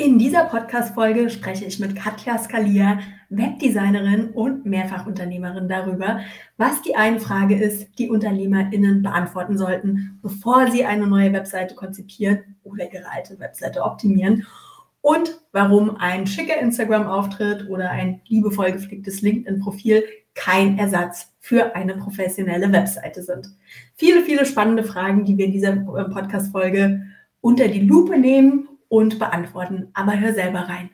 In dieser Podcast-Folge spreche ich mit Katja Scalia, Webdesignerin und Mehrfachunternehmerin, darüber, was die eine Frage ist, die UnternehmerInnen beantworten sollten, bevor sie eine neue Webseite konzipieren oder ihre alte Webseite optimieren, und warum ein schicker Instagram-Auftritt oder ein liebevoll gepflegtes LinkedIn-Profil kein Ersatz für eine professionelle Webseite sind. Viele, viele spannende Fragen, die wir in dieser Podcast-Folge unter die Lupe nehmen und beantworten. Aber hör selber rein.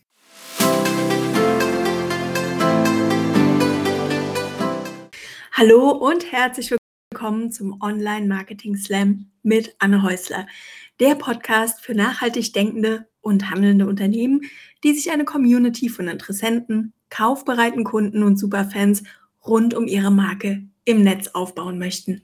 Hallo und herzlich willkommen zum Online-Marketing-Slam mit Anne Häusler, der Podcast für nachhaltig denkende und handelnde Unternehmen, die sich eine Community von Interessenten, kaufbereiten Kunden und Superfans rund um ihre Marke im Netz aufbauen möchten.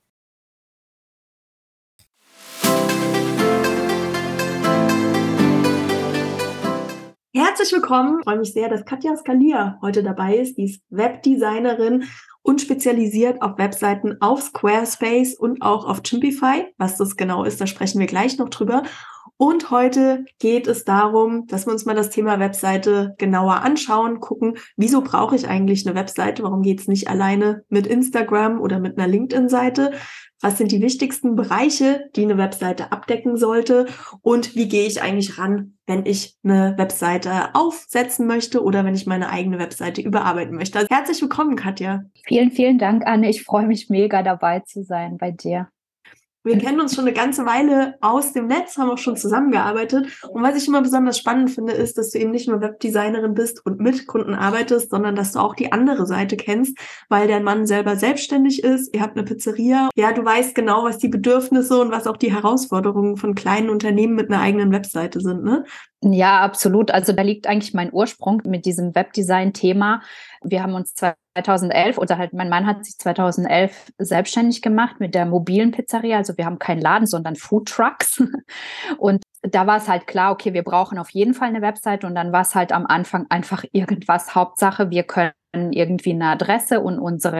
Herzlich willkommen. Ich freue mich sehr, dass Katja Scalia heute dabei ist. Die ist Webdesignerin und spezialisiert auf Webseiten auf Squarespace und auch auf Chimpify. Was das genau ist, da sprechen wir gleich noch drüber. Und heute geht es darum, dass wir uns mal das Thema Webseite genauer anschauen, gucken, wieso brauche ich eigentlich eine Webseite? Warum geht es nicht alleine mit Instagram oder mit einer LinkedIn-Seite? Was sind die wichtigsten Bereiche, die eine Webseite abdecken sollte? Und wie gehe ich eigentlich ran, wenn ich eine Webseite aufsetzen möchte oder wenn ich meine eigene Webseite überarbeiten möchte? Also herzlich willkommen, Katja. Vielen, vielen Dank, Anne. Ich freue mich mega, dabei zu sein bei dir. Wir kennen uns schon eine ganze Weile aus dem Netz, haben auch schon zusammengearbeitet. Und was ich immer besonders spannend finde, ist, dass du eben nicht nur Webdesignerin bist und mit Kunden arbeitest, sondern dass du auch die andere Seite kennst, weil dein Mann selber selbstständig ist. Ihr habt eine Pizzeria. Ja, du weißt genau, was die Bedürfnisse und was auch die Herausforderungen von kleinen Unternehmen mit einer eigenen Webseite sind, ne? Ja, absolut. Also da liegt eigentlich mein Ursprung mit diesem Webdesign-Thema. Wir haben uns 2011, oder halt mein Mann hat sich 2011 selbstständig gemacht mit der mobilen Pizzeria. Also wir haben keinen Laden, sondern Foodtrucks. Und da war es halt klar, okay, wir brauchen auf jeden Fall eine Webseite. Und dann war es halt am Anfang einfach irgendwas. Hauptsache, wir können irgendwie eine Adresse und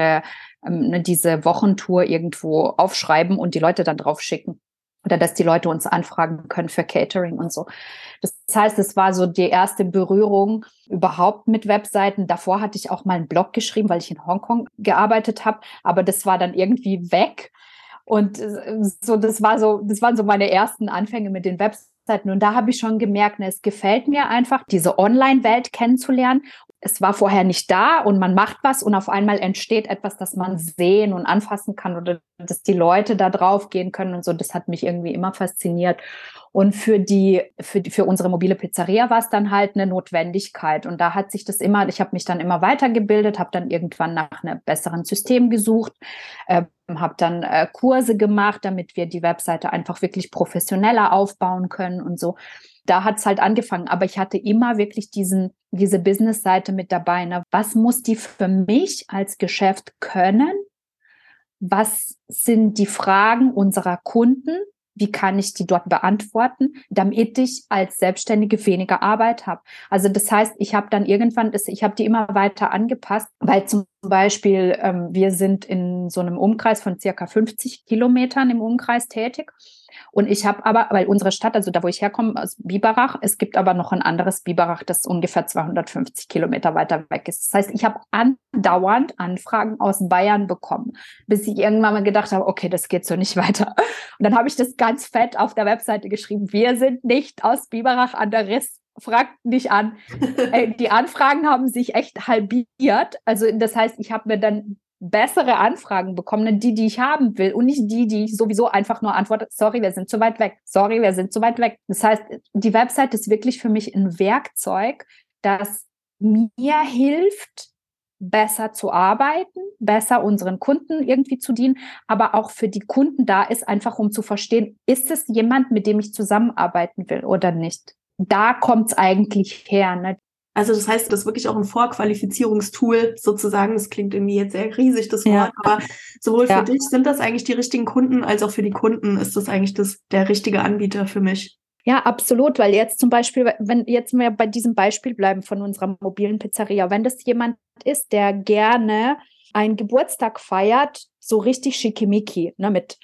diese Wochentour irgendwo aufschreiben und die Leute dann drauf schicken. Oder dass die Leute uns anfragen können für Catering und so. Das heißt, es war so die erste Berührung überhaupt mit Webseiten. Davor hatte ich auch mal einen Blog geschrieben, weil ich in Hongkong gearbeitet habe, aber das war dann irgendwie weg. Und das waren so meine ersten Anfänge mit den Webseiten. Und da habe ich schon gemerkt, es gefällt mir einfach, diese Online-Welt kennenzulernen. Es war vorher nicht da und man macht was und auf einmal entsteht etwas, das man sehen und anfassen kann oder dass die Leute da drauf gehen können und so. Das hat mich irgendwie immer fasziniert. Und für unsere mobile Pizzeria war es dann halt eine Notwendigkeit. Und da hat sich ich habe mich dann immer weitergebildet, habe dann irgendwann nach einem besseren System gesucht, habe dann Kurse gemacht, damit wir die Webseite einfach wirklich professioneller aufbauen können und so. Da hat es halt angefangen, aber ich hatte immer wirklich diese Business-Seite mit dabei. Ne? Was muss die für mich als Geschäft können? Was sind die Fragen unserer Kunden? Wie kann ich die dort beantworten, damit ich als Selbstständige weniger Arbeit habe? Also das heißt, ich habe die immer weiter angepasst, weil zum Beispiel wir sind in so einem Umkreis von circa 50 Kilometern im Umkreis tätig. Und ich habe aber, weil unsere Stadt, also da, wo ich herkomme, aus Biberach, es gibt aber noch ein anderes Biberach, das ungefähr 250 Kilometer weiter weg ist. Das heißt, ich habe andauernd Anfragen aus Bayern bekommen, bis ich irgendwann mal gedacht habe, okay, das geht so nicht weiter. Und dann habe ich das ganz fett auf der Webseite geschrieben, wir sind nicht aus Biberach an der Riss. Fragt nicht an. Die Anfragen haben sich echt halbiert. Also das heißt, ich habe mir dann bessere Anfragen bekommen, die ich haben will und nicht die ich sowieso einfach nur antworte, sorry, wir sind zu weit weg. Sorry, wir sind zu weit weg. Das heißt, die Website ist wirklich für mich ein Werkzeug, das mir hilft, besser zu arbeiten, besser unseren Kunden irgendwie zu dienen, aber auch für die Kunden da ist, einfach um zu verstehen, ist es jemand, mit dem ich zusammenarbeiten will oder nicht? Da kommt es eigentlich her, ne? Also das heißt, das ist wirklich auch ein Vorqualifizierungstool sozusagen. Das klingt irgendwie jetzt sehr riesig, das Wort, aber sowohl für dich sind das eigentlich die richtigen Kunden, als auch für die Kunden ist das eigentlich der richtige Anbieter für mich. Ja, absolut, weil jetzt zum Beispiel, wenn jetzt wir bei diesem Beispiel bleiben von unserer mobilen Pizzeria, wenn das jemand ist, der gerne einen Geburtstag feiert, so richtig schickimicki, ne, mit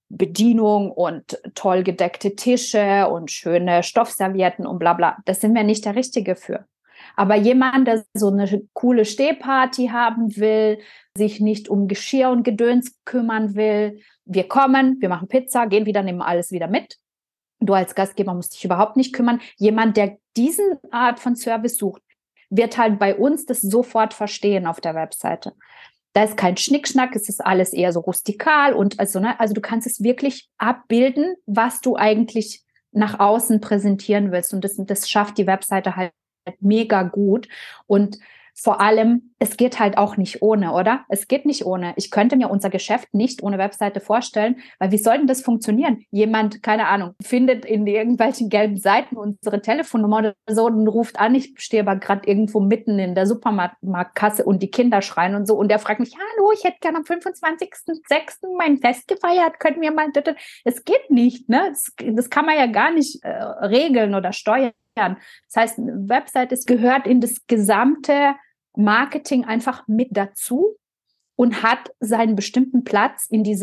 Bedienung und toll gedeckte Tische und schöne Stoffservietten und bla bla. Das sind wir nicht der Richtige für. Aber jemand, der so eine coole Stehparty haben will, sich nicht um Geschirr und Gedöns kümmern will, wir kommen, wir machen Pizza, gehen wieder, nehmen alles wieder mit. Du als Gastgeber musst dich überhaupt nicht kümmern. Jemand, der diesen Art von Service sucht, wird halt bei uns das sofort verstehen auf der Webseite. Da ist kein Schnickschnack, es ist alles eher so rustikal und also du kannst es wirklich abbilden, was du eigentlich nach außen präsentieren willst. Und das schafft die Webseite halt mega gut. Und vor allem, es geht halt auch nicht ohne, oder? Es geht nicht ohne. Ich könnte mir unser Geschäft nicht ohne Webseite vorstellen, weil wie soll denn das funktionieren? Jemand, keine Ahnung, findet in irgendwelchen gelben Seiten unsere Telefonnummer oder so und ruft an, ich stehe aber gerade irgendwo mitten in der Supermarktkasse und die Kinder schreien und so und der fragt mich, hallo, ich hätte gerne am 25.06. mein Fest gefeiert, könnt mir mal... Es geht nicht, ne? Das kann man ja gar nicht regeln oder steuern. Das heißt, eine Website gehört in das gesamte Marketing einfach mit dazu und hat seinen bestimmten Platz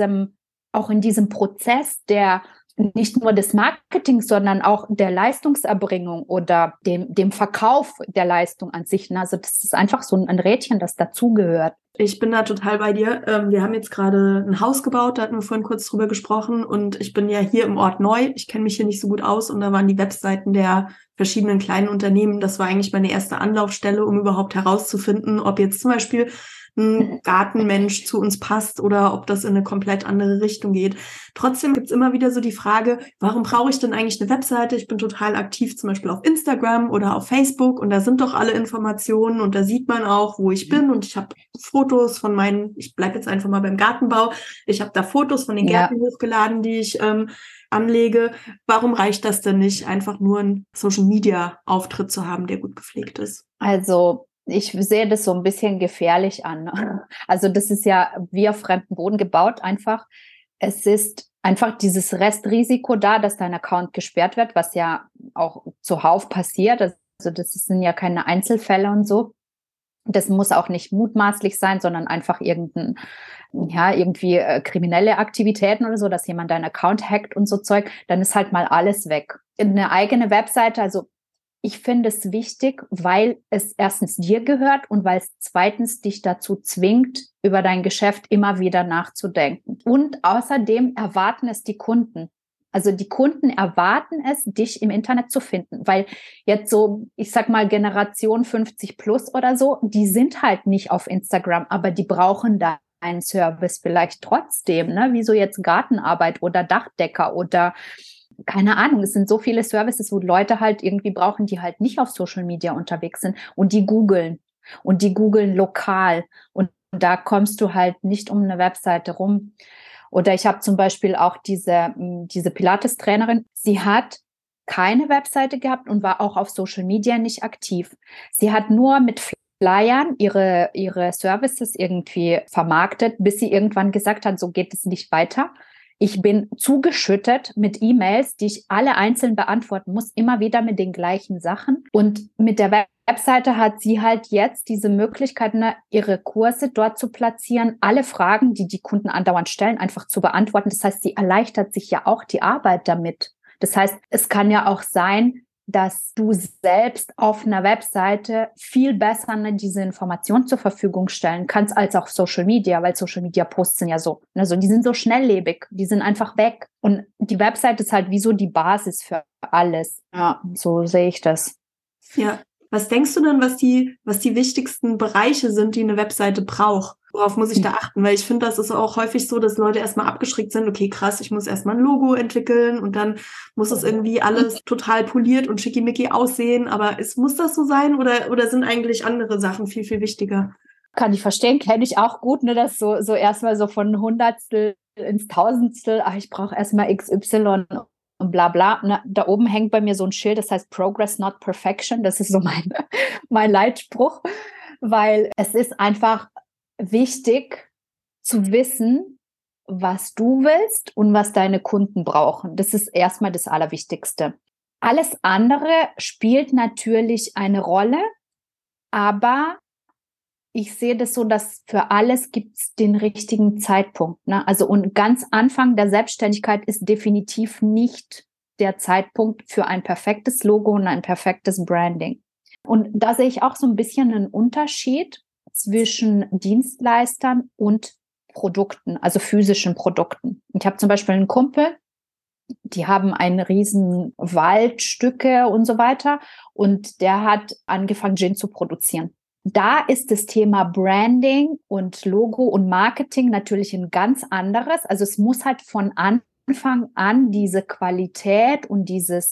auch in diesem Prozess der nicht nur des Marketings, sondern auch der Leistungserbringung oder dem Verkauf der Leistung an sich. Also das ist einfach so ein Rädchen, das dazugehört. Ich bin da total bei dir. Wir haben jetzt gerade ein Haus gebaut, da hatten wir vorhin kurz drüber gesprochen und ich bin ja hier im Ort neu. Ich kenne mich hier nicht so gut aus und da waren die Webseiten der verschiedenen kleinen Unternehmen. Das war eigentlich meine erste Anlaufstelle, um überhaupt herauszufinden, ob jetzt zum Beispiel ein Gartenmensch zu uns passt oder ob das in eine komplett andere Richtung geht. Trotzdem gibt's immer wieder so die Frage, warum brauche ich denn eigentlich eine Webseite? Ich bin total aktiv zum Beispiel auf Instagram oder auf Facebook und da sind doch alle Informationen und da sieht man auch, wo ich bin und ich habe Fotos von ich bleibe jetzt einfach mal beim Gartenbau, ich habe da Fotos von den Gärten hochgeladen, die ich anlege. Warum reicht das denn nicht, einfach nur einen Social-Media-Auftritt zu haben, der gut gepflegt ist? Also ich sehe das so ein bisschen gefährlich an. Also das ist ja wie auf fremden Boden gebaut einfach. Es ist einfach dieses Restrisiko da, dass dein Account gesperrt wird, was ja auch zuhauf passiert. Also das sind ja keine Einzelfälle und so. Das muss auch nicht mutmaßlich sein, sondern einfach irgendwie kriminelle Aktivitäten oder so, dass jemand deinen Account hackt und so Zeug. Dann ist halt mal alles weg. Eine eigene Webseite, also ich finde es wichtig, weil es erstens dir gehört und weil es zweitens dich dazu zwingt, über dein Geschäft immer wieder nachzudenken. Und außerdem erwarten es die Kunden. Also die Kunden erwarten es, dich im Internet zu finden, weil jetzt so, ich sag mal Generation 50 plus oder so, die sind halt nicht auf Instagram, aber die brauchen da einen Service vielleicht trotzdem, ne? Wie so jetzt Gartenarbeit oder Dachdecker oder keine Ahnung, es sind so viele Services, wo Leute halt irgendwie brauchen, die halt nicht auf Social Media unterwegs sind und die googeln lokal und da kommst du halt nicht um eine Webseite rum. Oder ich habe zum Beispiel auch diese Pilates-Trainerin, sie hat keine Webseite gehabt und war auch auf Social Media nicht aktiv. Sie hat nur mit Flyern ihre Services irgendwie vermarktet, bis sie irgendwann gesagt hat, so geht es nicht weiter. Ich bin zugeschüttet mit E-Mails, die ich alle einzeln beantworten muss, immer wieder mit den gleichen Sachen. Und mit der Webseite hat sie halt jetzt diese Möglichkeit, ihre Kurse dort zu platzieren, alle Fragen, die die Kunden andauernd stellen, einfach zu beantworten. Das heißt, sie erleichtert sich ja auch die Arbeit damit. Das heißt, es kann ja auch sein, dass du selbst auf einer Webseite viel besser diese Information zur Verfügung stellen kannst als auf Social Media, weil Social Media Posts sind ja so, also die sind so schnelllebig, die sind einfach weg. Und die Webseite ist halt wie so die Basis für alles. Ja, so sehe ich das. Ja. Was denkst du denn, was die wichtigsten Bereiche sind, die eine Webseite braucht? Worauf muss ich da achten? Weil ich finde, das ist auch häufig so, dass Leute erstmal abgeschreckt sind. Okay, krass, ich muss erstmal ein Logo entwickeln und dann muss es irgendwie alles total poliert und schickimicki aussehen. Aber muss das so sein oder sind eigentlich andere Sachen viel, viel wichtiger? Kann ich verstehen, kenne ich auch gut, ne, dass so erstmal so von Hundertstel ins Tausendstel, ich brauche erstmal XY und bla bla. Ne, da oben hängt bei mir so ein Schild, das heißt Progress, not Perfection. Das ist so mein Leitspruch, weil es ist einfach wichtig zu wissen, was du willst und was deine Kunden brauchen. Das ist erstmal das Allerwichtigste. Alles andere spielt natürlich eine Rolle, aber ich sehe das so, dass für alles gibt es den richtigen Zeitpunkt. Ne? Also und ganz Anfang der Selbstständigkeit ist definitiv nicht der Zeitpunkt für ein perfektes Logo und ein perfektes Branding. Und da sehe ich auch so ein bisschen einen Unterschied zwischen Dienstleistern und Produkten, also physischen Produkten. Ich habe zum Beispiel einen Kumpel, die haben einen riesen Waldstücke und so weiter und der hat angefangen, Gin zu produzieren. Da ist das Thema Branding und Logo und Marketing natürlich ein ganz anderes. Also es muss halt von Anfang an diese Qualität und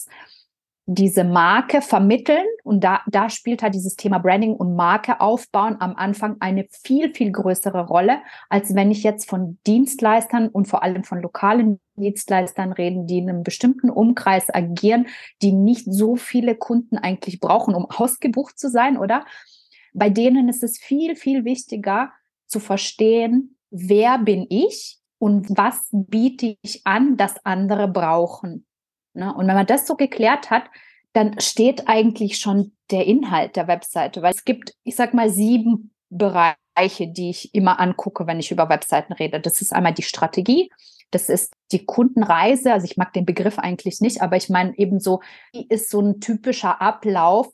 diese Marke vermitteln. Und da spielt halt dieses Thema Branding und Marke aufbauen am Anfang eine viel, viel größere Rolle, als wenn ich jetzt von Dienstleistern und vor allem von lokalen Dienstleistern reden, die in einem bestimmten Umkreis agieren, die nicht so viele Kunden eigentlich brauchen, um ausgebucht zu sein, oder? Bei denen ist es viel, viel wichtiger zu verstehen, wer bin ich und was biete ich an, das andere brauchen. Ne? Und wenn man das so geklärt hat, dann steht eigentlich schon der Inhalt der Webseite, weil es gibt, ich sag mal, 7 Bereiche, die ich immer angucke, wenn ich über Webseiten rede. Das ist einmal die Strategie, das ist die Kundenreise, also ich mag den Begriff eigentlich nicht, aber ich meine eben so, wie ist so ein typischer Ablauf,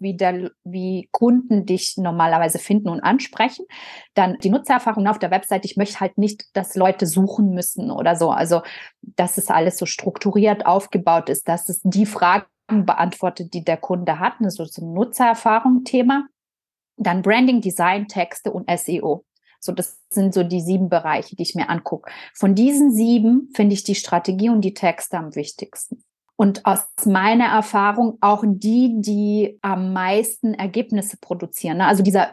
wie Kunden dich normalerweise finden und ansprechen. Dann die Nutzererfahrung auf der Website. Ich möchte halt nicht, dass Leute suchen müssen oder so. Also, dass es alles so strukturiert aufgebaut ist, dass es die Fragen beantwortet, die der Kunde hat. Das ist so ein Nutzererfahrung-Thema. Dann Branding, Design, Texte und SEO. So, das sind so die 7 Bereiche, die ich mir angucke. Von diesen 7 finde ich die Strategie und die Texte am wichtigsten. Und aus meiner Erfahrung auch die am meisten Ergebnisse produzieren. Ne? Also der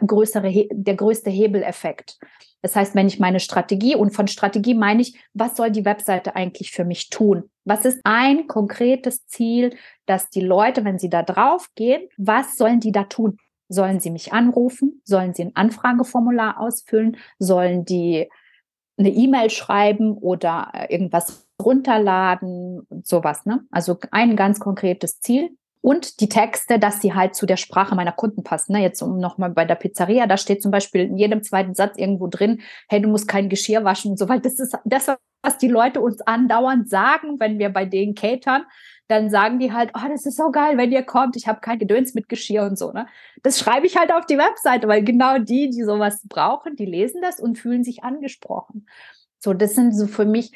größte Hebeleffekt. Das heißt, wenn ich meine Strategie, und von Strategie meine ich, was soll die Webseite eigentlich für mich tun? Was ist ein konkretes Ziel, dass die Leute, wenn sie da drauf gehen, was sollen die da tun? Sollen sie mich anrufen? Sollen sie ein Anfrageformular ausfüllen? Sollen die eine E-Mail schreiben oder irgendwas runterladen und sowas, ne? Also ein ganz konkretes Ziel. Und die Texte, dass sie halt zu der Sprache meiner Kunden passen. Ne? Jetzt nochmal bei der Pizzeria, da steht zum Beispiel in jedem zweiten Satz irgendwo drin, hey, du musst kein Geschirr waschen und so weiter. Das ist das, was die Leute uns andauernd sagen, wenn wir bei denen catern. Dann sagen die halt, oh, das ist so geil, wenn ihr kommt, ich habe kein Gedöns mit Geschirr und so. Ne? Das schreibe ich halt auf die Webseite, weil genau die sowas brauchen, die lesen das und fühlen sich angesprochen. So, das sind so für mich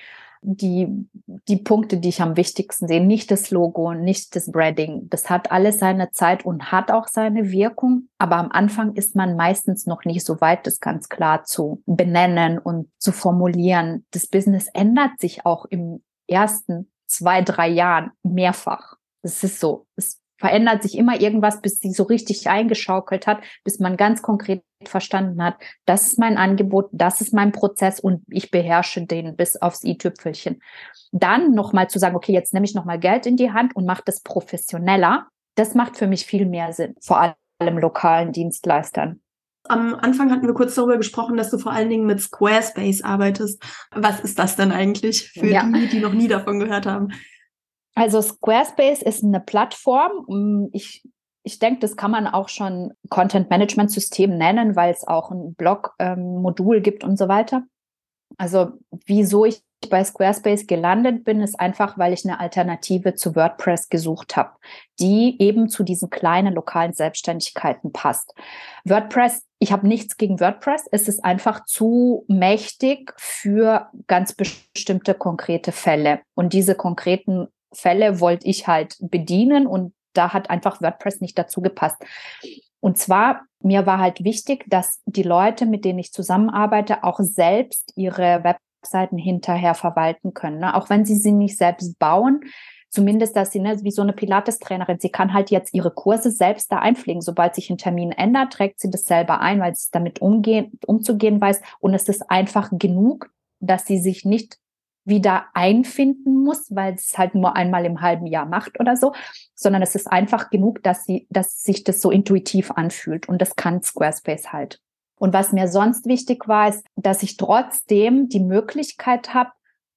die Punkte, die ich am wichtigsten sehe. Nicht das Logo, nicht das Branding. Das hat alles seine Zeit und hat auch seine Wirkung. Aber am Anfang ist man meistens noch nicht so weit, das ganz klar zu benennen und zu formulieren. Das Business ändert sich auch im ersten 2-3 Jahren mehrfach. Das ist so. Es verändert sich immer irgendwas, bis sie so richtig eingeschaukelt hat, bis man ganz konkret verstanden hat, das ist mein Angebot, das ist mein Prozess und ich beherrsche den bis aufs i-Tüpfelchen. Dann nochmal zu sagen, okay, jetzt nehme ich nochmal Geld in die Hand und mache das professioneller, das macht für mich viel mehr Sinn, vor allem lokalen Dienstleistern. Am Anfang hatten wir kurz darüber gesprochen, dass du vor allen Dingen mit Squarespace arbeitest. Was ist das denn eigentlich für die noch nie davon gehört haben? Also Squarespace ist eine Plattform. Ich denke, das kann man auch schon Content-Management-System nennen, weil es auch ein Blog-Modul gibt und so weiter. Also wieso ich bei Squarespace gelandet bin, ist einfach, weil ich eine Alternative zu WordPress gesucht habe, die eben zu diesen kleinen lokalen Selbstständigkeiten passt. WordPress, ich habe nichts gegen WordPress, es ist einfach zu mächtig für ganz bestimmte konkrete Fälle. Und diese konkreten Fälle wollte ich halt bedienen und da hat einfach WordPress nicht dazu gepasst. Und zwar, mir war halt wichtig, dass die Leute, mit denen ich zusammenarbeite, auch selbst ihre Webseiten hinterher verwalten können. Ne? Auch wenn sie nicht selbst bauen, zumindest, dass sie, wie so eine Pilates-Trainerin, sie kann halt jetzt ihre Kurse selbst da einpflegen. Sobald sich ein Termin ändert, trägt sie das selber ein, weil sie damit umzugehen weiß. Und es ist einfach genug, dass sie sich nicht wieder einfinden muss, weil es halt nur einmal im halben Jahr macht oder so, sondern es ist einfach genug, dass sich das so intuitiv anfühlt und das kann Squarespace halt. Und was mir sonst wichtig war, ist, dass ich trotzdem die Möglichkeit habe,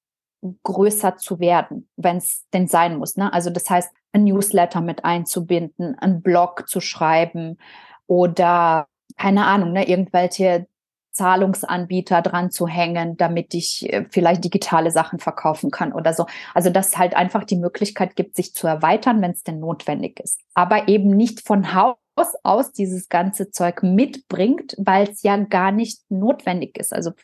größer zu werden, wenn es denn sein muss. Ne? Also das heißt, ein Newsletter mit einzubinden, einen Blog zu schreiben oder keine Ahnung, ne, irgendwelche Zahlungsanbieter dran zu hängen, damit ich vielleicht digitale Sachen verkaufen kann oder so. Also dass es halt einfach die Möglichkeit gibt, sich zu erweitern, wenn es denn notwendig ist. Aber eben nicht von Haus aus dieses ganze Zeug mitbringt, weil es ja gar nicht notwendig ist. Also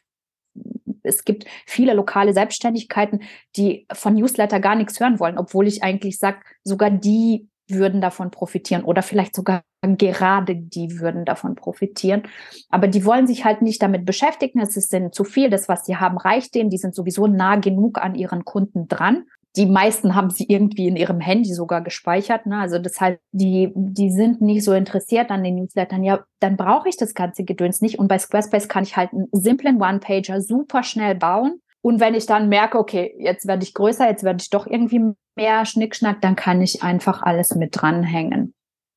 es gibt viele lokale Selbstständigkeiten, die von Newsletter gar nichts hören wollen, obwohl ich eigentlich sage, sogar die würden davon profitieren oder vielleicht sogar gerade die würden davon profitieren. Aber die wollen sich halt nicht damit beschäftigen. Es ist denen zu viel. Das, was sie haben, reicht denen. Die sind sowieso nah genug an ihren Kunden dran. Die meisten haben sie irgendwie in ihrem Handy sogar gespeichert. Ne? Also das heißt, die sind nicht so interessiert an den Newslettern. Ja, dann brauche ich das ganze Gedöns nicht. Und bei Squarespace kann ich halt einen simplen One-Pager super schnell bauen. Und wenn ich dann merke, okay, jetzt werde ich größer, jetzt werde ich doch irgendwie mehr Schnickschnack, dann kann ich einfach alles mit dranhängen.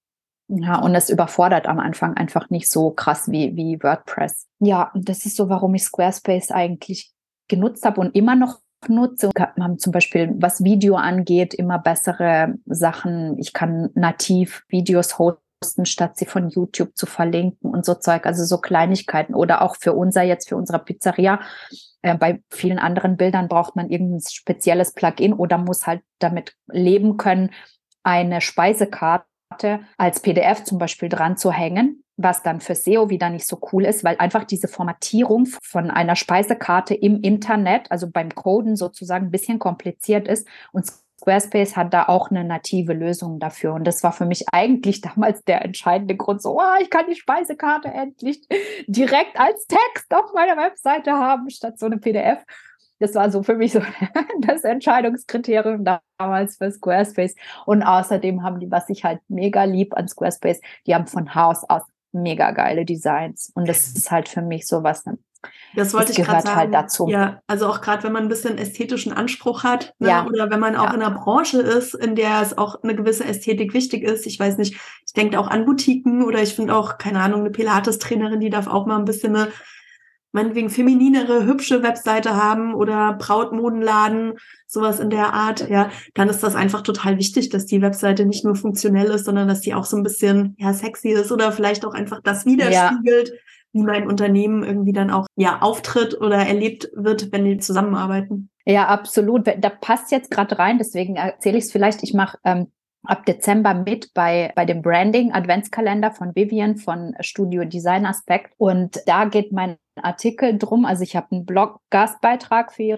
Ja, und es überfordert am Anfang einfach nicht so krass wie WordPress. Ja, und das ist so, warum ich Squarespace eigentlich genutzt habe und immer noch nutze. Wir haben zum Beispiel, was Video angeht, immer bessere Sachen. Ich kann nativ Videos hosten, statt sie von YouTube zu verlinken und so Zeug. Also so Kleinigkeiten. Oder auch für unsere Pizzeria. Bei vielen anderen Bildern braucht man irgendein spezielles Plugin oder muss halt damit leben können, eine Speisekarte als PDF zum Beispiel dran zu hängen, was dann für SEO wieder nicht so cool ist, weil einfach diese Formatierung von einer Speisekarte im Internet, also beim Coden sozusagen ein bisschen kompliziert ist und Squarespace hat da auch eine native Lösung dafür. Und das war für mich eigentlich damals der entscheidende Grund, so, ich kann die Speisekarte endlich direkt als Text auf meiner Webseite haben, statt so eine PDF. Das war so für mich so das Entscheidungskriterium damals für Squarespace. Und außerdem haben die, was ich halt mega lieb an Squarespace, die haben von Haus aus mega geile Designs. Und das ist halt für mich so was, das wollte ich gerade sagen. Halt dazu. Ja, also auch gerade, wenn man ein bisschen ästhetischen Anspruch hat, ne? Ja. Oder wenn man auch in einer Branche ist, in der es auch eine gewisse Ästhetik wichtig ist. Ich weiß nicht, ich denke auch an Boutiquen oder ich finde auch, keine Ahnung, eine Pilates-Trainerin, die darf auch mal ein bisschen eine, meinetwegen femininere, hübsche Webseite haben oder Brautmodenladen, sowas in der Art, ja, dann ist das einfach total wichtig, dass die Webseite nicht nur funktionell ist, sondern dass die auch so ein bisschen, sexy ist oder vielleicht auch einfach das widerspiegelt, wie mein Unternehmen irgendwie dann auch, auftritt oder erlebt wird, wenn die zusammenarbeiten. Ja, absolut. Da passt jetzt gerade rein, deswegen erzähle ich es vielleicht. Ich mache ab Dezember mit bei dem Branding Adventskalender von Vivian von Studio Design Aspekt. Und da geht mein Artikel drum. Also ich habe einen Blog-Gastbeitrag für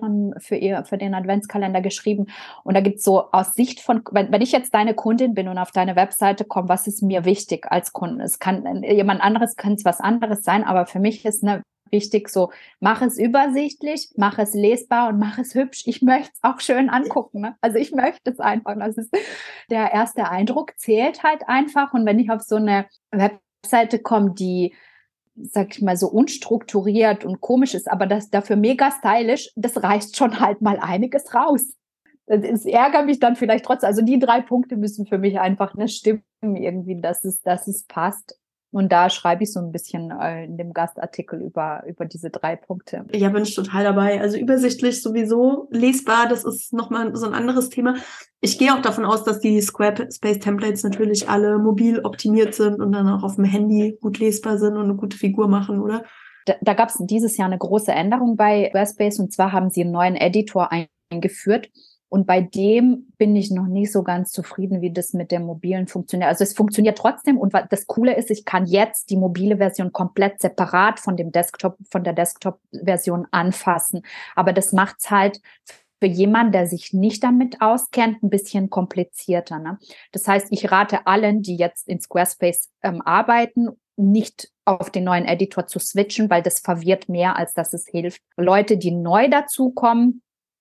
den Adventskalender geschrieben. Und da gibt's so aus Sicht von, wenn ich jetzt deine Kundin bin und auf deine Webseite komme, was ist mir wichtig als Kunden? Es kann jemand anderes, kann es was anderes sein, aber für mich ist wichtig, so, mach es übersichtlich, mach es lesbar und mach es hübsch. Ich möchte es auch schön angucken. Ne? Also ich möchte es einfach. Das ist der erste Eindruck, zählt halt einfach. Und wenn ich auf so eine Webseite komme, die, sag ich mal, so unstrukturiert und komisch ist, aber das dafür mega stylisch, das reißt schon halt mal einiges raus. Es ärgert mich dann vielleicht trotzdem. Also die 3 Punkte müssen für mich einfach stimmen irgendwie, dass es passt. Und da schreibe ich so ein bisschen in dem Gastartikel über diese 3 Punkte. Ja, bin ich total dabei. Also übersichtlich sowieso, lesbar, das ist nochmal so ein anderes Thema. Ich gehe auch davon aus, dass die Squarespace-Templates natürlich alle mobil optimiert sind und dann auch auf dem Handy gut lesbar sind und eine gute Figur machen, oder? Da gab es dieses Jahr eine große Änderung bei Squarespace und zwar haben sie einen neuen Editor eingeführt. Und bei dem bin ich noch nicht so ganz zufrieden, wie das mit der mobilen funktioniert. Also es funktioniert trotzdem und das Coole ist, ich kann jetzt die mobile Version komplett separat von der Desktop-Version anfassen. Aber das macht es halt für jemanden, der sich nicht damit auskennt, ein bisschen komplizierter. Ne? Das heißt, ich rate allen, die jetzt in Squarespace arbeiten, nicht auf den neuen Editor zu switchen, weil das verwirrt mehr, als dass es hilft. Leute, die neu dazukommen,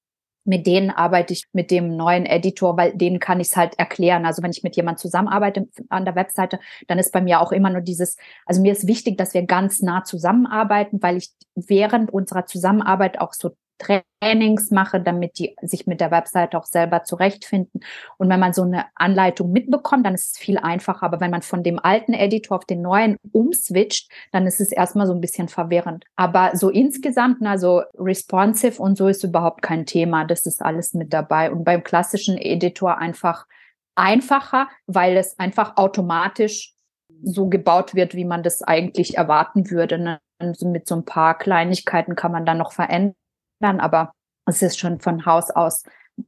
mit denen arbeite ich mit dem neuen Editor, weil denen kann ich es halt erklären. Also wenn ich mit jemandem zusammenarbeite an der Webseite, dann ist bei mir auch immer nur also mir ist wichtig, dass wir ganz nah zusammenarbeiten, weil ich während unserer Zusammenarbeit auch so Trainings mache, damit die sich mit der Webseite auch selber zurechtfinden. Und wenn man so eine Anleitung mitbekommt, dann ist es viel einfacher. Aber wenn man von dem alten Editor auf den neuen umswitcht, dann ist es erstmal so ein bisschen verwirrend. Aber so insgesamt, also responsive und so ist überhaupt kein Thema. Das ist alles mit dabei. Und beim klassischen Editor einfach einfacher, weil es einfach automatisch so gebaut wird, wie man das eigentlich erwarten würde. Ne? Also mit so ein paar Kleinigkeiten kann man dann noch verändern, aber es ist schon von Haus aus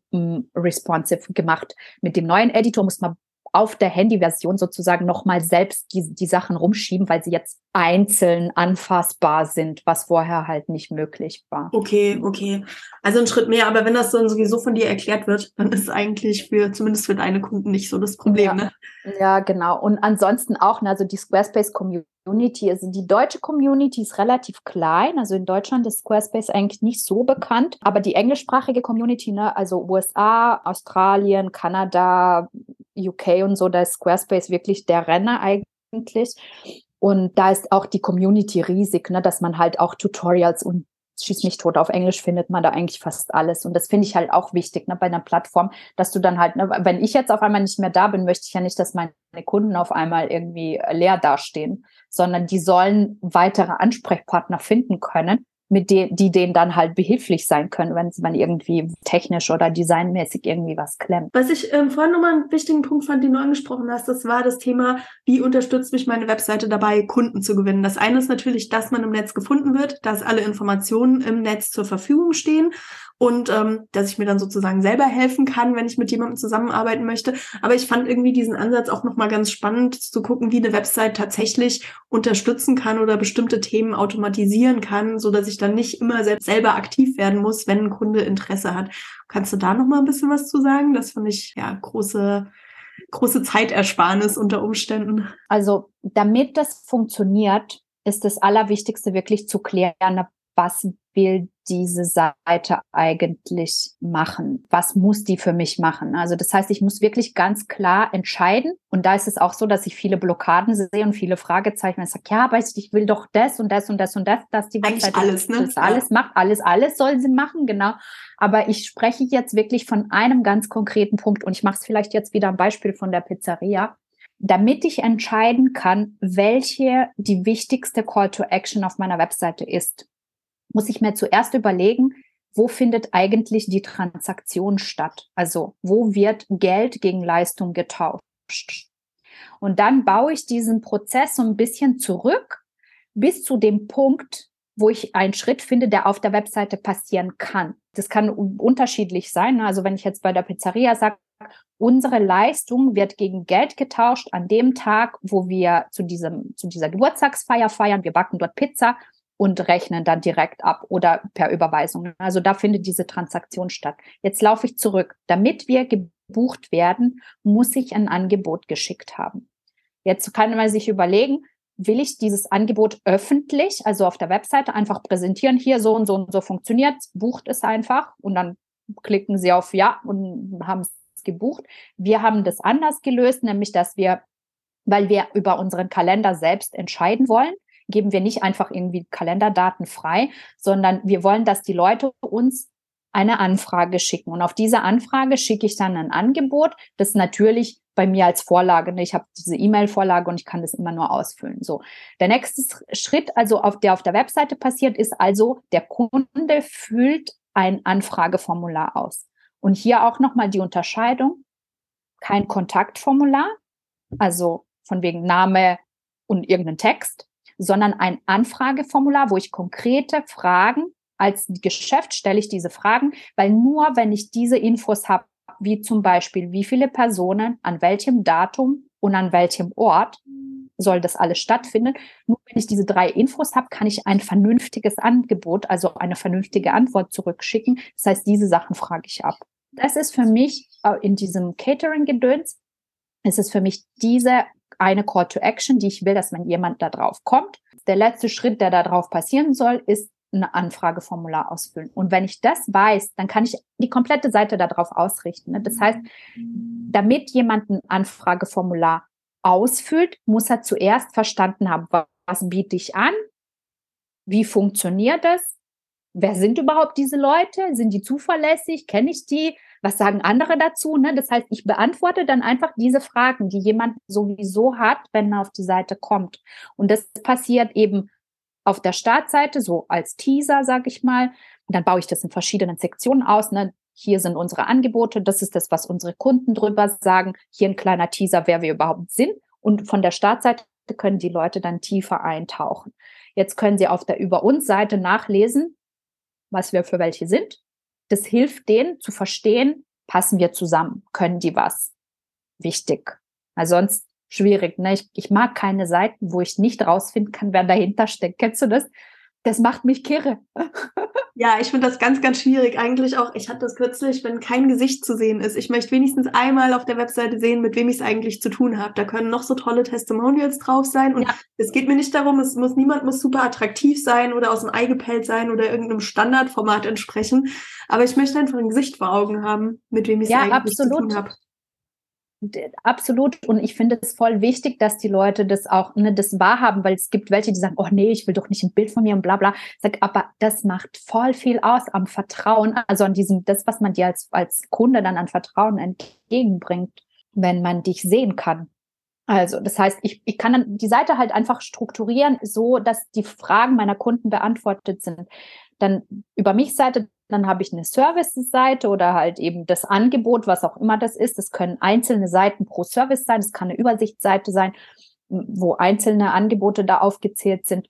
responsive gemacht. Mit dem neuen Editor muss man auf der Handy-Version sozusagen nochmal selbst die Sachen rumschieben, weil sie jetzt einzeln anfassbar sind, was vorher halt nicht möglich war. Okay. Also ein Schritt mehr, aber wenn das dann sowieso von dir erklärt wird, dann ist es eigentlich zumindest für deine Kunden nicht so das Problem, ne? Ja, genau. Und ansonsten auch, also die Squarespace Community, also die deutsche Community ist relativ klein. Also in Deutschland ist Squarespace eigentlich nicht so bekannt, aber die englischsprachige Community, ne, also USA, Australien, Kanada, UK und so, da ist Squarespace wirklich der Renner eigentlich. Und da ist auch die Community riesig, ne, dass man halt auch Tutorials und schieß mich tot, auf Englisch findet man da eigentlich fast alles. Und das finde ich halt auch wichtig, ne, bei einer Plattform, dass du dann halt, ne, wenn ich jetzt auf einmal nicht mehr da bin, möchte ich ja nicht, dass meine Kunden auf einmal irgendwie leer dastehen, sondern die sollen weitere Ansprechpartner finden können, die denen dann halt behilflich sein können, wenn irgendwie technisch oder designmäßig irgendwie was klemmt. Was ich vorhin nochmal einen wichtigen Punkt fand, den du angesprochen hast, das war das Thema, wie unterstützt mich meine Webseite dabei, Kunden zu gewinnen. Das eine ist natürlich, dass man im Netz gefunden wird, dass alle Informationen im Netz zur Verfügung stehen und dass ich mir dann sozusagen selber helfen kann, wenn ich mit jemandem zusammenarbeiten möchte. Aber ich fand irgendwie diesen Ansatz auch nochmal ganz spannend, zu gucken, wie eine Website tatsächlich unterstützen kann oder bestimmte Themen automatisieren kann, so dass ich dann nicht immer selber aktiv werden muss, wenn ein Kunde Interesse hat. Kannst du da noch mal ein bisschen was zu sagen? Das fand ich ja große Zeitersparnis unter Umständen. Also damit das funktioniert, ist das Allerwichtigste wirklich zu klären, was will diese Seite eigentlich machen? Was muss die für mich machen? Also das heißt, ich muss wirklich ganz klar entscheiden. Und da ist es auch so, dass ich viele Blockaden sehe und viele Fragezeichen. Ich sage, ja, aber ich will doch das und das und das und das, dass die Webseite alles, ne? das alles macht. Alles soll sie machen, genau. Aber ich spreche jetzt wirklich von einem ganz konkreten Punkt. Und ich mache es vielleicht jetzt wieder am Beispiel von der Pizzeria. Damit ich entscheiden kann, welche die wichtigste Call to Action auf meiner Webseite ist, muss ich mir zuerst überlegen, wo findet eigentlich die Transaktion statt? Also wo wird Geld gegen Leistung getauscht? Und dann baue ich diesen Prozess so ein bisschen zurück bis zu dem Punkt, wo ich einen Schritt finde, der auf der Webseite passieren kann. Das kann unterschiedlich sein. Also wenn ich jetzt bei der Pizzeria sage, unsere Leistung wird gegen Geld getauscht an dem Tag, wo wir zu dieser Geburtstagsfeier feiern. Wir backen dort Pizza und rechnen dann direkt ab oder per Überweisung. Also da findet diese Transaktion statt. Jetzt laufe ich zurück. Damit wir gebucht werden, muss ich ein Angebot geschickt haben. Jetzt kann man sich überlegen, will ich dieses Angebot öffentlich, also auf der Webseite einfach präsentieren, hier so und so funktioniert, bucht es einfach und dann klicken Sie auf Ja und haben es gebucht. Wir haben das anders gelöst, nämlich dass weil wir über unseren Kalender selbst entscheiden wollen, geben wir nicht einfach irgendwie Kalenderdaten frei, sondern wir wollen, dass die Leute uns eine Anfrage schicken. Und auf diese Anfrage schicke ich dann ein Angebot, das natürlich bei mir als Vorlage, ich habe diese E-Mail-Vorlage und ich kann das immer nur ausfüllen. So, der nächste Schritt, also der auf der Webseite passiert, ist also, der Kunde füllt ein Anfrageformular aus. Und hier auch nochmal die Unterscheidung, kein Kontaktformular, also von wegen Name und irgendein Text, sondern ein Anfrageformular, wo ich konkrete Fragen, als Geschäft stelle ich diese Fragen, weil nur wenn ich diese Infos habe, wie zum Beispiel, wie viele Personen, an welchem Datum und an welchem Ort soll das alles stattfinden, nur wenn ich diese 3 Infos habe, kann ich ein vernünftiges Angebot, also eine vernünftige Antwort zurückschicken. Das heißt, diese Sachen frage ich ab. Das ist für mich in diesem Catering-Gedöns, ist es für mich diese eine Call to Action, die ich will, dass wenn jemand da drauf kommt. Der letzte Schritt, der da drauf passieren soll, ist ein Anfrageformular ausfüllen. Und wenn ich das weiß, dann kann ich die komplette Seite darauf ausrichten. Das heißt, damit jemand ein Anfrageformular ausfüllt, muss er zuerst verstanden haben, was biete ich an, wie funktioniert das, wer sind überhaupt diese Leute, sind die zuverlässig, kenne ich die, was sagen andere dazu? Das heißt, ich beantworte dann einfach diese Fragen, die jemand sowieso hat, wenn er auf die Seite kommt. Und das passiert eben auf der Startseite, so als Teaser, sage ich mal. Und dann baue ich das in verschiedenen Sektionen aus. Hier sind unsere Angebote, das ist das, was unsere Kunden drüber sagen. Hier ein kleiner Teaser, wer wir überhaupt sind. Und von der Startseite können die Leute dann tiefer eintauchen. Jetzt können sie auf der Über uns Seite nachlesen, was wir für welche sind. Das hilft denen zu verstehen, passen wir zusammen, können die was? Wichtig. Weil sonst schwierig. Ne? Ich mag keine Seiten, wo ich nicht rausfinden kann, wer dahinter steckt. Kennst du das? Das macht mich kirre. Ja, ich finde das ganz, ganz schwierig. Eigentlich auch, ich hatte das kürzlich, wenn kein Gesicht zu sehen ist. Ich möchte wenigstens einmal auf der Webseite sehen, mit wem ich es eigentlich zu tun habe. Da können noch so tolle Testimonials drauf sein. Und es geht mir nicht darum, niemand muss super attraktiv sein oder aus dem Ei gepellt sein oder irgendeinem Standardformat entsprechen. Aber ich möchte einfach ein Gesicht vor Augen haben, mit wem ich es eigentlich zu tun habe. Absolut. Und ich finde es voll wichtig, dass die Leute das auch, das wahrhaben, weil es gibt welche, die sagen, oh nee, ich will doch nicht ein Bild von mir und bla bla. Ich sag, aber das macht voll viel aus am Vertrauen, also an das, was man dir als Kunde dann an Vertrauen entgegenbringt, wenn man dich sehen kann. Also, das heißt, ich kann dann die Seite halt einfach strukturieren, so dass die Fragen meiner Kunden beantwortet sind. Dann über mich Seite, dann habe ich eine Service-Seite oder halt eben das Angebot, was auch immer das ist. Das können einzelne Seiten pro Service sein. Das kann eine Übersichtsseite sein, wo einzelne Angebote da aufgezählt sind.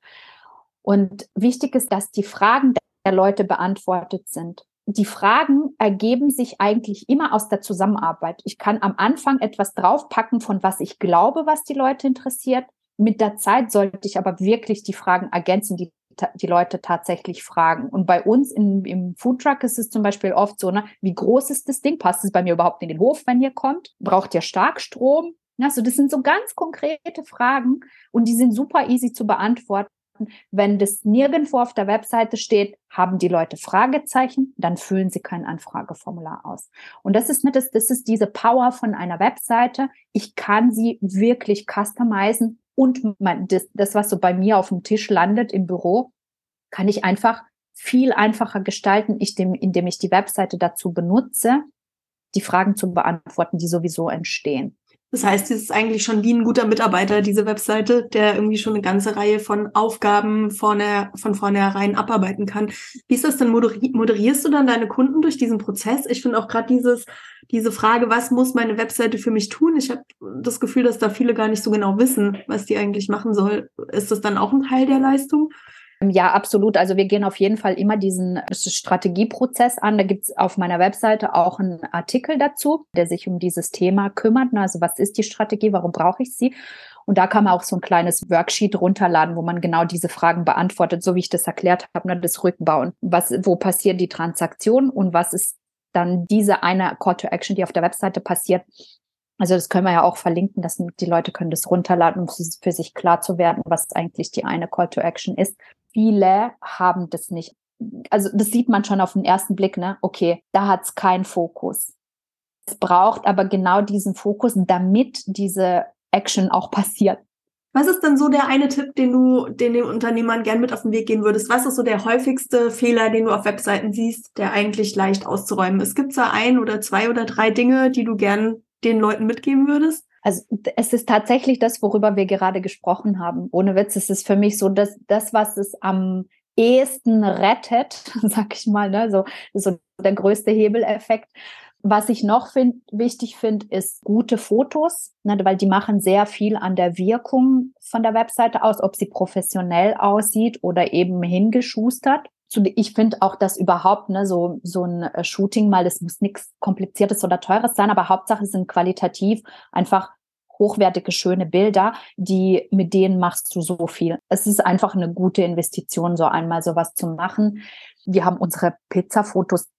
Und wichtig ist, dass die Fragen der Leute beantwortet sind. Die Fragen ergeben sich eigentlich immer aus der Zusammenarbeit. Ich kann am Anfang etwas draufpacken, von was ich glaube, was die Leute interessiert. Mit der Zeit sollte ich aber wirklich die Fragen ergänzen, die Leute tatsächlich fragen. Und bei uns im Foodtruck ist es zum Beispiel oft so, ne, wie groß ist das Ding? Passt es bei mir überhaupt in den Hof, wenn ihr kommt? Braucht ihr Starkstrom? Also das sind so ganz konkrete Fragen und die sind super easy zu beantworten. Wenn das nirgendwo auf der Webseite steht, haben die Leute Fragezeichen, dann füllen sie kein Anfrageformular aus. Und das ist diese Power von einer Webseite. Ich kann sie wirklich customizen und das, was so bei mir auf dem Tisch landet im Büro, kann ich einfach viel einfacher gestalten, indem ich die Webseite dazu benutze, die Fragen zu beantworten, die sowieso entstehen. Das heißt, es ist eigentlich schon wie ein guter Mitarbeiter, diese Webseite, der irgendwie schon eine ganze Reihe von Aufgaben von vornherein abarbeiten kann. Wie ist das denn? Moderierst du dann deine Kunden durch diesen Prozess? Ich finde auch gerade diese Frage, was muss meine Webseite für mich tun? Ich habe das Gefühl, dass da viele gar nicht so genau wissen, was die eigentlich machen soll. Ist das dann auch ein Teil der Leistung? Ja, absolut. Also wir gehen auf jeden Fall immer diesen Strategieprozess an. Da gibt's auf meiner Webseite auch einen Artikel dazu, der sich um dieses Thema kümmert. Also was ist die Strategie? Warum brauche ich sie? Und da kann man auch so ein kleines Worksheet runterladen, wo man genau diese Fragen beantwortet, so wie ich das erklärt habe, das Rückbauen. Wo passiert die Transaktion und was ist dann diese eine Call to Action, die auf der Webseite passiert? Also das können wir ja auch verlinken, dass die Leute können das runterladen, um für sich klar zu werden, was eigentlich die eine Call to Action ist. Viele haben das nicht. Also das sieht man schon auf den ersten Blick, ne? Okay, da hat es keinen Fokus. Es braucht aber genau diesen Fokus, damit diese Action auch passiert. Was ist denn so der eine Tipp, den den Unternehmern gern mit auf den Weg gehen würdest? Was ist so der häufigste Fehler, den du auf Webseiten siehst, der eigentlich leicht auszuräumen ist? Gibt es da 1 oder 2 oder 3 Dinge, die du gern den Leuten mitgeben würdest? Also es ist tatsächlich das, worüber wir gerade gesprochen haben. Ohne Witz, es ist für mich so, dass das, was es am ehesten rettet, sag ich mal, ne, so der größte Hebeleffekt. Was ich noch wichtig finde, ist gute Fotos, ne, weil die machen sehr viel an der Wirkung von der Webseite aus, ob sie professionell aussieht oder eben hingeschustert. Ich finde auch, dass überhaupt so ein Shooting mal, das muss nichts Kompliziertes oder Teures sein, aber Hauptsache sind qualitativ einfach hochwertige, schöne Bilder, mit denen machst du so viel. Es ist einfach eine gute Investition, so einmal sowas zu machen. Wir haben unsere Pizza-Fotos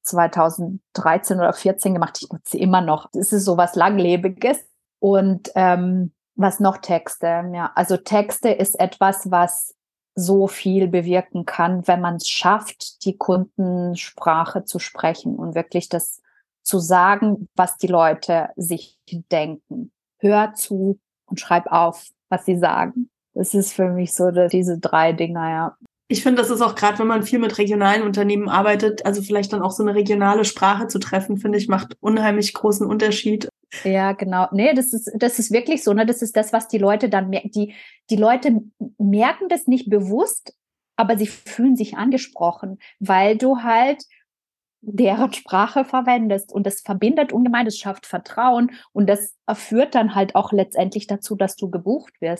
2013 oder 14 gemacht. Ich nutze sie immer noch. Es ist sowas Langlebiges. Und was noch? Texte. Ja, also Texte ist etwas, was so viel bewirken kann, wenn man es schafft, die Kundensprache zu sprechen und wirklich das zu sagen, was die Leute sich denken. Hör zu und schreib auf, was sie sagen. Das ist für mich so diese 3 Dinger, ja. Ich finde, das ist auch gerade, wenn man viel mit regionalen Unternehmen arbeitet, also vielleicht dann auch so eine regionale Sprache zu treffen, finde ich, macht unheimlich großen Unterschied. Ja, genau. Nee, das ist wirklich so, ne? Das ist das, was die Leute dann merken. Die Leute merken das nicht bewusst, aber sie fühlen sich angesprochen, weil du halt deren Sprache verwendest und das verbindet ungemein, das schafft Vertrauen und das führt dann halt auch letztendlich dazu, dass du gebucht wirst.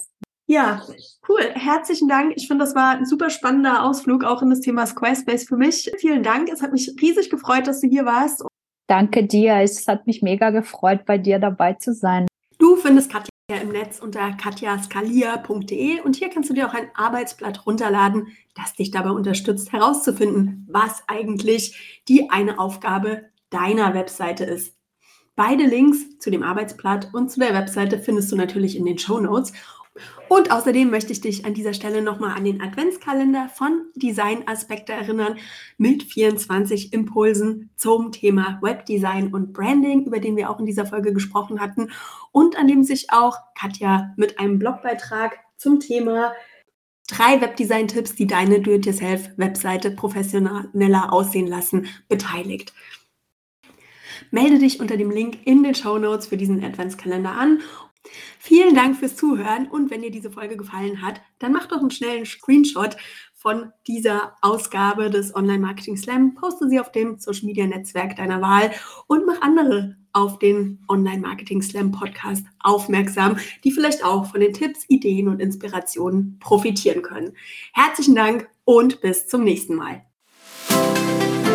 Ja, cool. Herzlichen Dank. Ich finde, das war ein super spannender Ausflug auch in das Thema Squarespace für mich. Vielen Dank. Es hat mich riesig gefreut, dass du hier warst. Danke dir. Es hat mich mega gefreut, bei dir dabei zu sein. Du findest Katja im Netz unter katjaskalia.de und hier kannst du dir auch ein Arbeitsblatt runterladen, das dich dabei unterstützt, herauszufinden, was eigentlich die eine Aufgabe deiner Webseite ist. Beide Links zu dem Arbeitsblatt und zu der Webseite findest du natürlich in den Shownotes. Und außerdem möchte ich dich an dieser Stelle nochmal an den Adventskalender von Design Aspekte erinnern mit 24 Impulsen zum Thema Webdesign und Branding, über den wir auch in dieser Folge gesprochen hatten und an dem sich auch Katja mit einem Blogbeitrag zum Thema 3 Webdesign-Tipps, die deine Do-it-yourself-Webseite professioneller aussehen lassen, beteiligt. Melde dich unter dem Link in den Shownotes für diesen Adventskalender an. Vielen Dank fürs Zuhören und wenn dir diese Folge gefallen hat, dann mach doch einen schnellen Screenshot von dieser Ausgabe des Online Marketing Slam, poste sie auf dem Social Media Netzwerk deiner Wahl und mach andere auf den Online Marketing Slam Podcast aufmerksam, die vielleicht auch von den Tipps, Ideen und Inspirationen profitieren können. Herzlichen Dank und bis zum nächsten Mal.